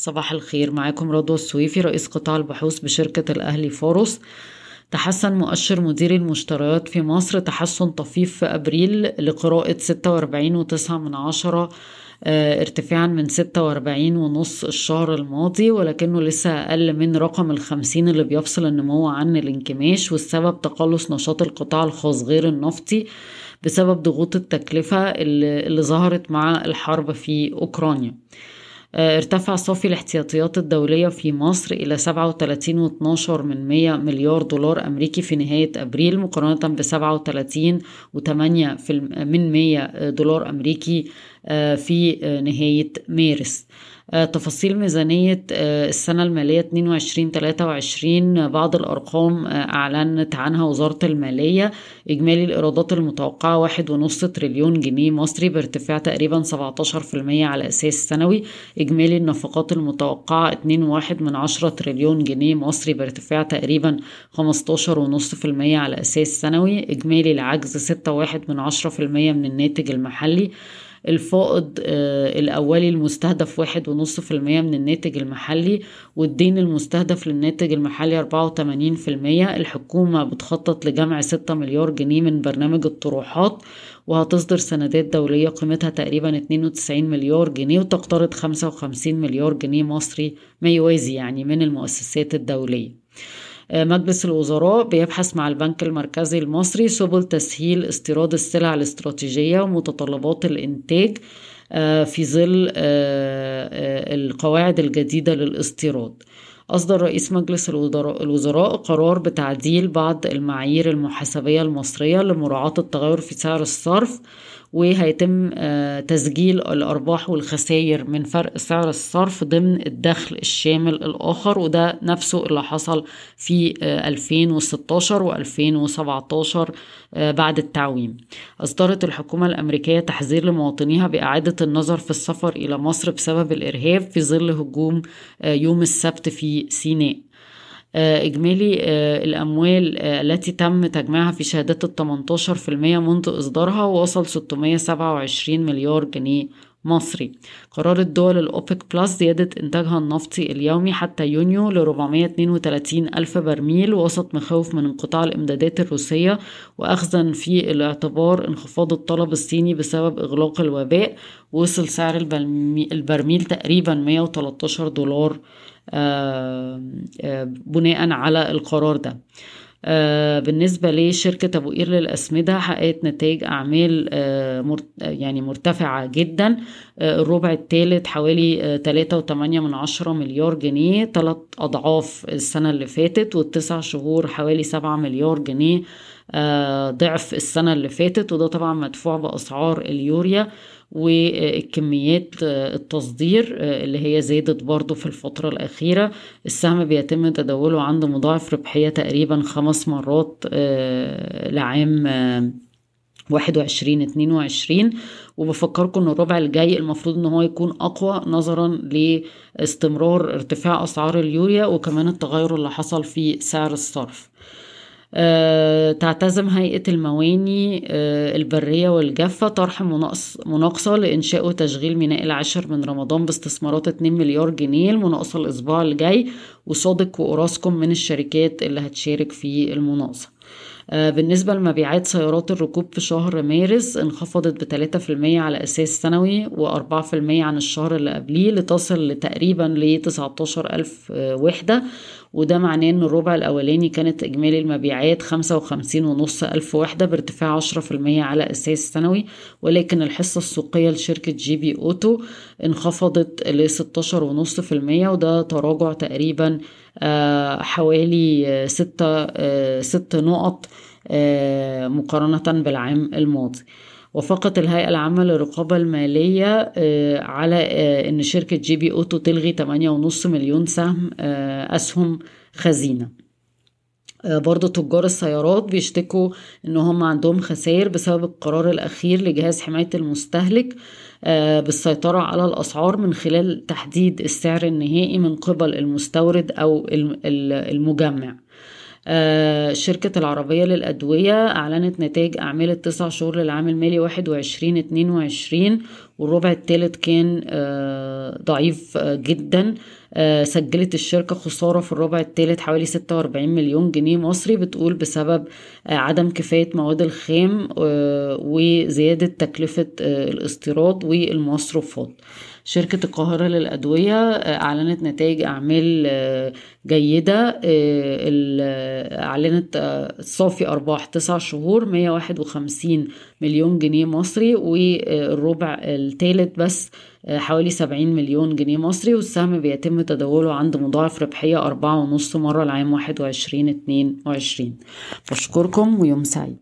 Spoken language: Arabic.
صباح الخير، معاكم رضوى السويفي رئيس قطاع البحوث بشركة الأهلي فورس. تحسن مؤشر مدير المشتريات في مصر تحسن طفيف في أبريل لقراءة 46.9 ارتفاعا من 46.5 الشهر الماضي، ولكنه لسه أقل من رقم 50 اللي بيفصل النمو عن الانكماش، والسبب تقلص نشاط القطاع الخاص غير النفطي بسبب ضغوط التكلفة اللي ظهرت مع الحرب في أوكرانيا. ارتفع صافي الاحتياطيات الدولية في مصر إلى 37.12 مليار دولار أمريكي في نهاية أبريل، مقارنة ب37.8 دولار أمريكي في نهاية مارس. تفاصيل ميزانية السنة المالية 22-23، بعض الأرقام أعلنت عنها وزارة المالية. إجمالي الإيرادات المتوقعة 1.5 تريليون جنيه مصري بارتفاع تقريبا 17% على أساس سنوي. إجمالي النفقات المتوقعة 2.1 تريليون جنيه مصري بارتفاع تقريبا 15.5% على أساس سنوي. إجمالي العجز 6.1% من الناتج المحلي. الفائض الأولي المستهدف 1.5% من الناتج المحلي، والدين المستهدف للناتج المحلي 84%. الحكومة بتخطط لجمع 6 مليار جنيه من برنامج الطروحات، وهتصدر سندات دولية قيمتها تقريبا 92 مليار جنيه، وتقترض 55 مليار جنيه مصري ما يوازي من المؤسسات الدولية. مجلس الوزراء بيبحث مع البنك المركزي المصري سبل تسهيل استيراد السلع الاستراتيجية ومتطلبات الإنتاج في ظل القواعد الجديدة للاستيراد. أصدر رئيس مجلس الوزراء قرار بتعديل بعض المعايير المحاسبية المصرية لمراعاة التغير في سعر الصرف، وهيتم تسجيل الأرباح والخسائر من فرق سعر الصرف ضمن الدخل الشامل الآخر، وده نفسه اللي حصل في 2016 و2017 بعد التعويم. أصدرت الحكومة الأمريكية تحذير لمواطنيها بإعادة النظر في السفر إلى مصر بسبب الإرهاب في ظل هجوم يوم السبت في سيناء. إجمالي الأموال التي تم تجميعها في شهادات 18% منذ إصدارها وصل 627 مليار جنيه مصري. قرار الدول الأوبك بلس زيادة إنتاجها النفطي اليومي حتى يونيو ل 432 ألف برميل وسط مخاوف من انقطاع الإمدادات الروسية، وأخذا في الاعتبار انخفاض الطلب الصيني بسبب إغلاق الوباء. وصل سعر البرميل تقريبا 113 دولار بناء على القرار ده. بالنسبة لشركة أبو قير للأسمدة، حققت نتائج أعمال مرتفعة جدا. الربع الثالث حوالي 3.8 مليار جنيه، 3 أضعاف السنة اللي فاتت، والتسع شهور حوالي 7 مليار جنيه، ضعف السنة اللي فاتت. وده طبعا مدفوع بأسعار اليوريا والكميات التصدير اللي هي زادت برضو في الفترة الأخيرة. السهم بيتم تداوله عند مضاعف ربحية تقريبا 5 مرات لعام 21-22. وبفكركم ان الربع الجاي المفروض ان هو يكون اقوى نظرا لاستمرار ارتفاع اسعار اليوريا وكمان التغير اللي حصل في سعر الصرف. تعتزم هيئة المواني البرية والجافة طرح مناقصة لإنشاء وتشغيل ميناء العاشر من رمضان باستثمارات 2 مليار جنيه. المناقصة الأسبوع الجاي، وصادق وأوراسكوم من الشركات اللي هتشارك في المناقصة. بالنسبة لمبيعات سيارات الركوب في شهر مارس انخفضت ب3% على أساس سنوي و4% عن الشهر اللي قبليه، لتصل لتقريبا 19,000 وحدة. وده معناه ان الربع الاولاني كانت اجمالي المبيعات 55.5 ألف وحدة بارتفاع 10% على اساس سنوي، ولكن الحصة السوقية لشركة جي بي اوتو انخفضت ل 16.5%، وده تراجع تقريبا حوالي 6 نقط مقارنة بالعام الماضي. وافقت الهيئة العامة للرقابة المالية على ان شركة جي بي اوتو تلغي 8.5 مليون سهم اسهم خزينة. برضو تجار السيارات بيشتكوا ان هم عندهم خسائر بسبب القرار الاخير لجهاز حماية المستهلك بالسيطرة على الاسعار من خلال تحديد السعر النهائي من قبل المستورد او المجمع. شركة العربية للأدوية أعلنت نتائج أعمال ال9 شهور للعام المالي 21-22، والربع الثالث كان ضعيف جدا. سجلت الشركة خسارة في الربع الثالث حوالي 46 مليون جنيه مصري، بتقول بسبب عدم كفاية مواد الخام وزيادة تكلفة الاستيراد والمصروفات. شركة القاهرة للأدوية أعلنت نتائج أعمال جيدة. أعلنت صافي أرباح 9 شهور 151 مليون جنيه مصري، والربع الثالث بس حوالي 70 مليون جنيه مصري، والسهم بيتم تداوله عند مضاعف ربحية 4.5 مرة العام 21-22. بشكركم ويوم سعيد.